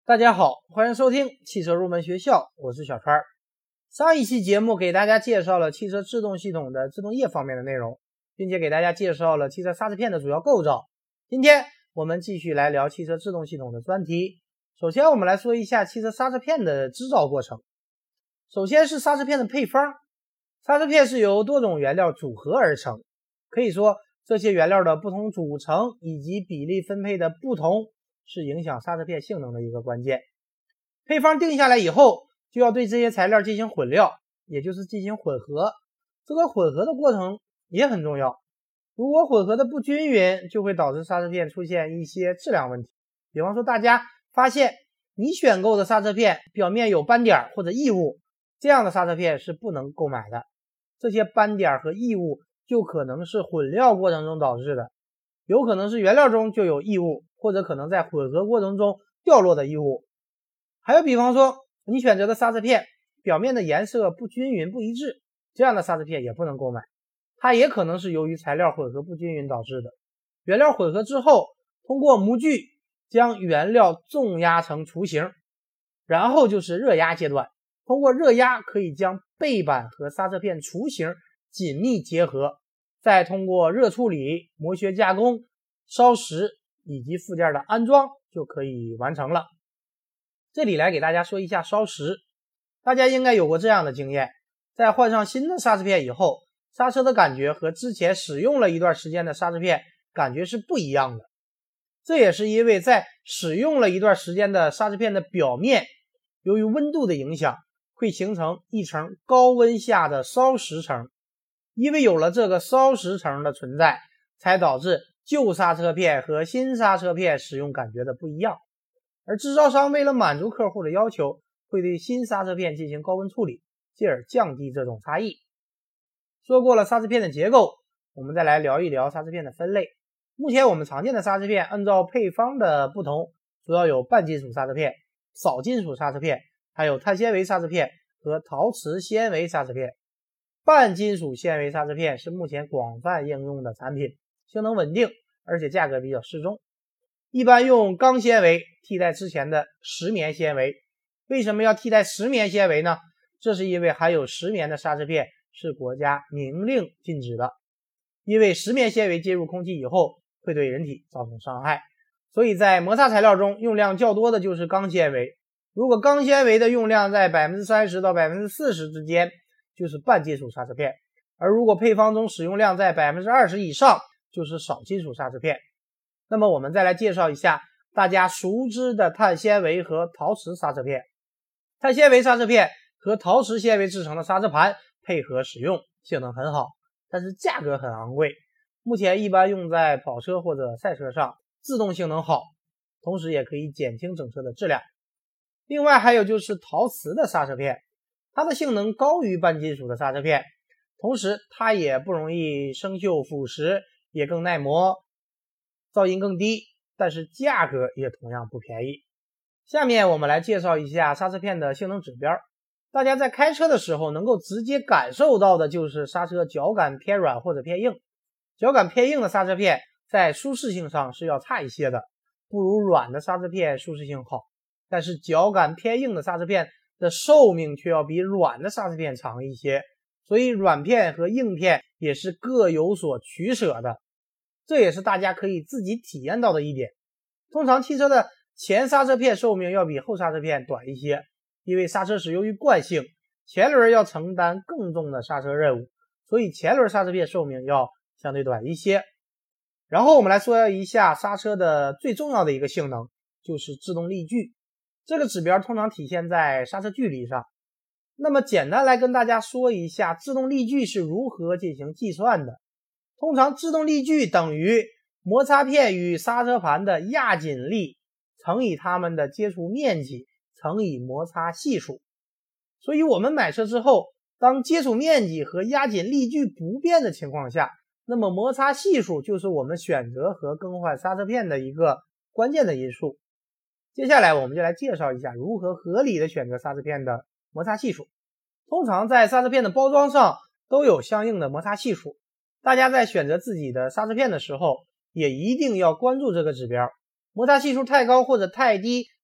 大家好，欢迎收听汽车入门学校，我是小川。上一期节目给大家介绍了汽车制动系统的制动液方面的内容，并且给大家介绍了汽车刹车片的主要构造。今天我们继续来聊汽车制动系统的专题。首先我们来说一下汽车刹车片的制造过程。首先是刹车片的配方。刹车片是由多种原料组合而成，可以说这些原料的不同组成以及比例分配的不同是影响刹车片性能的一个关键。配方定下来以后，就要对这些材料进行混料，也就是进行混合。这个混合的过程也很重要，如果混合的不均匀，就会导致刹车片出现一些质量问题。比方说大家发现你选购的刹车片表面有斑点或者异物，这样的刹车片是不能购买的。这些斑点和异物就可能是混料过程中导致的，有可能是原料中就有异物，或者可能在混合过程中掉落的异物。还有比方说你选择的刹车片表面的颜色不均匀不一致，这样的刹车片也不能购买，它也可能是由于材料混合不均匀导致的。原料混合之后，通过模具将原料重压成雏形，然后就是热压阶段，通过热压可以将背板和刹车片雏形紧密结合，再通过热处理、磨削加工、烧蚀以及附件的安装就可以完成了。这里来给大家说一下烧蚀。大家应该有过这样的经验，在换上新的刹车片以后，刹车的感觉和之前使用了一段时间的刹车片感觉是不一样的。这也是因为在使用了一段时间的刹车片的表面，由于温度的影响，会形成一层高温下的烧蚀层。因为有了这个烧蚀层的存在，才导致旧刹车片和新刹车片使用感觉的不一样。而制造商为了满足客户的要求，会对新刹车片进行高温处理，进而降低这种差异。说过了刹车片的结构，我们再来聊一聊刹车片的分类。目前我们常见的刹车片按照配方的不同，主要有半金属刹车片、少金属刹车片，还有碳纤维刹车片和陶瓷纤维刹车片。半金属纤维刹车片是目前广泛应用的产品，性能稳定，而且价格比较适中。一般用钢纤维替代之前的石棉纤维。为什么要替代石棉纤维呢？这是因为含有石棉的刹车片是国家明令禁止的，因为石棉纤维进入空气以后会对人体造成伤害，所以在摩擦材料中用量较多的就是钢纤维。如果钢纤维的用量在 30% 到 40% 之间，就是半金属刹车片，而如果配方中使用量在 20% 以上，就是少金属刹车片。那么我们再来介绍一下大家熟知的碳纤维和陶瓷刹车片。碳纤维刹车片和陶瓷纤维制成的刹车盘配合使用，性能很好，但是价格很昂贵。目前一般用在跑车或者赛车上，制动性能好，同时也可以减轻整车的质量。另外还有就是陶瓷的刹车片，它的性能高于半金属的刹车片，同时它也不容易生锈腐蚀，也更耐磨，噪音更低，但是价格也同样不便宜。下面我们来介绍一下刹车片的性能指标。大家在开车的时候能够直接感受到的就是刹车脚感偏软或者偏硬。脚感偏硬的刹车片在舒适性上是要差一些的，不如软的刹车片舒适性好。但是脚感偏硬的刹车片的寿命却要比软的刹车片长一些，所以软片和硬片也是各有所取舍的。这也是大家可以自己体验到的一点。通常汽车的前刹车片寿命要比后刹车片短一些，因为刹车时由于惯性，前轮要承担更重的刹车任务，所以前轮刹车片寿命要相对短一些。然后我们来说一下刹车的最重要的一个性能，就是制动力矩。这个指标通常体现在刹车距离上。那么简单来跟大家说一下制动力矩是如何进行计算的。通常制动力矩等于摩擦片与刹车盘的压紧力乘以它们的接触面积乘以摩擦系数。所以我们买车之后，当接触面积和压紧力矩不变的情况下，那么摩擦系数就是我们选择和更换刹车片的一个关键的因素。接下来我们就来介绍一下如何合理的选择刹车片的摩擦系数。通常在刹车片的包装上都有相应的摩擦系数，大家在选择自己的刹车片的时候也一定要关注这个指标。摩擦系数太高或者太低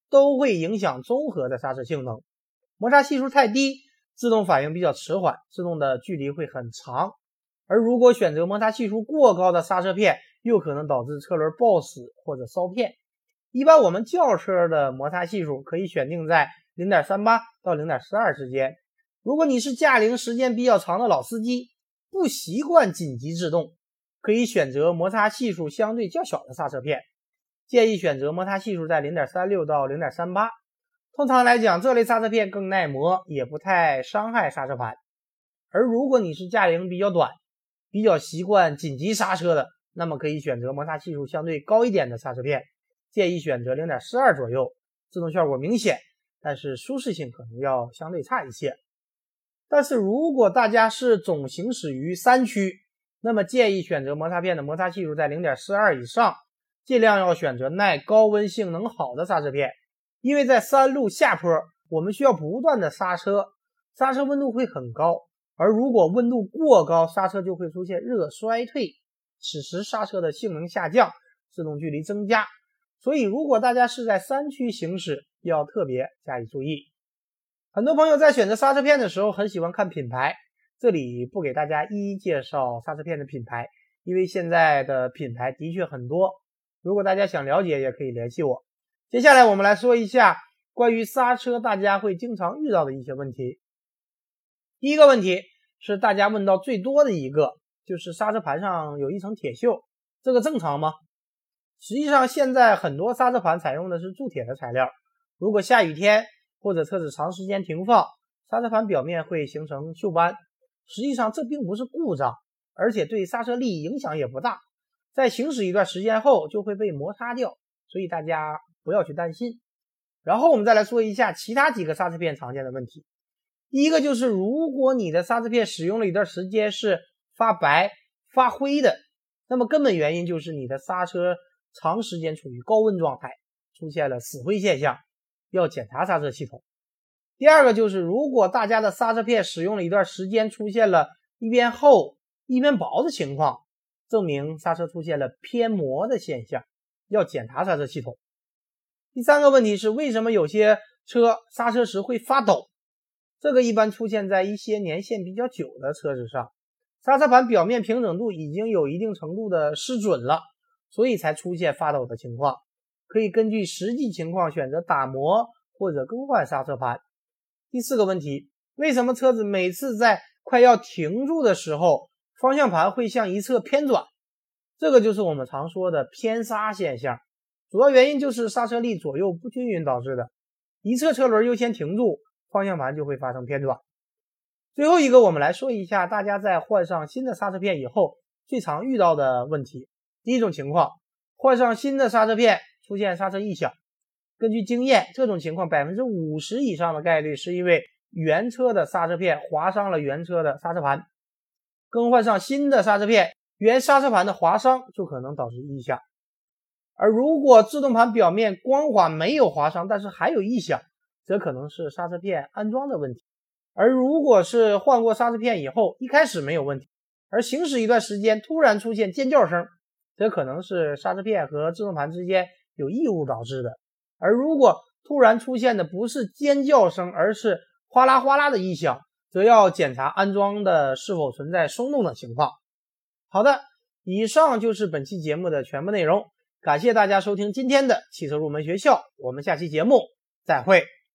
都会影响综合的刹车性能。摩擦系数太低，制动反应比较迟缓，制动的距离会很长。而如果选择摩擦系数过高的刹车片，又可能导致车轮抱死或者烧片。一般我们轿车的摩擦系数可以选定在 0.38 到 0.42 之间。如果你是驾龄时间比较长的老司机，不习惯紧急制动，可以选择摩擦系数相对较小的刹车片，建议选择摩擦系数在 0.36 到 0.38。 通常来讲，这类刹车片更耐磨，也不太伤害刹车盘。而如果你是驾龄比较短，比较习惯紧急刹车的，那么可以选择摩擦系数相对高一点的刹车片，建议选择 0.42 左右，制动效果明显，但是舒适性可能要相对差一些。但是如果大家是总行驶于山区，那么建议选择摩擦片的摩擦系数在 0.42 以上，尽量要选择耐高温性能好的刹车片。因为在山路下坡，我们需要不断的刹车，刹车温度会很高，而如果温度过高，刹车就会出现热衰退，此时刹车的性能下降，制动距离增加。所以如果大家是在山区行驶，要特别加以注意。很多朋友在选择刹车片的时候很喜欢看品牌，这里不给大家一一介绍刹车片的品牌，因为现在的品牌的确很多，如果大家想了解也可以联系我。接下来我们来说一下关于刹车大家会经常遇到的一些问题。第一个问题是大家问到最多的一个，就是刹车盘上有一层铁锈，这个正常吗？实际上现在很多刹车盘采用的是铸铁的材料，如果下雨天或者车子长时间停放，刹车盘表面会形成锈斑。实际上这并不是故障，而且对刹车力影响也不大，在行驶一段时间后就会被摩擦掉，所以大家不要去担心。然后我们再来说一下其他几个刹车片常见的问题。第一个就是如果你的刹车片使用了一段时间是发白发灰的，那么根本原因就是你的刹车长时间处于高温状态，出现了死灰现象，要检查刹车系统。第二个就是如果大家的刹车片使用了一段时间出现了一边厚一边薄的情况，证明刹车出现了偏磨的现象，要检查刹车系统。第三个问题是为什么有些车刹车时会发抖，这个一般出现在一些年限比较久的车子上，刹车盘表面平整度已经有一定程度的失准了，所以才出现发抖的情况，可以根据实际情况选择打磨或者更换刹车盘。第四个问题，为什么车子每次在快要停住的时候，方向盘会向一侧偏转？这个就是我们常说的偏刹现象，主要原因就是刹车力左右不均匀导致的，一侧车轮优先停住，方向盘就会发生偏转。最后一个，我们来说一下大家在换上新的刹车片以后最常遇到的问题。第一种情况，换上新的刹车片出现刹车异响，根据经验，这种情况 50% 以上的概率是因为原车的刹车片划伤了原车的刹车盘，更换上新的刹车片，原刹车盘的划伤就可能导致异响。而如果制动盘表面光滑没有划伤，但是还有异响，则可能是刹车片安装的问题。而如果是换过刹车片以后，一开始没有问题，而行驶一段时间突然出现尖叫声，则可能是刹车片和制动盘之间有异物导致的。而如果突然出现的不是尖叫声，而是哗啦哗啦的异响，则要检查安装的是否存在松动的情况。好的，以上就是本期节目的全部内容，感谢大家收听今天的汽车入门学校，我们下期节目再会。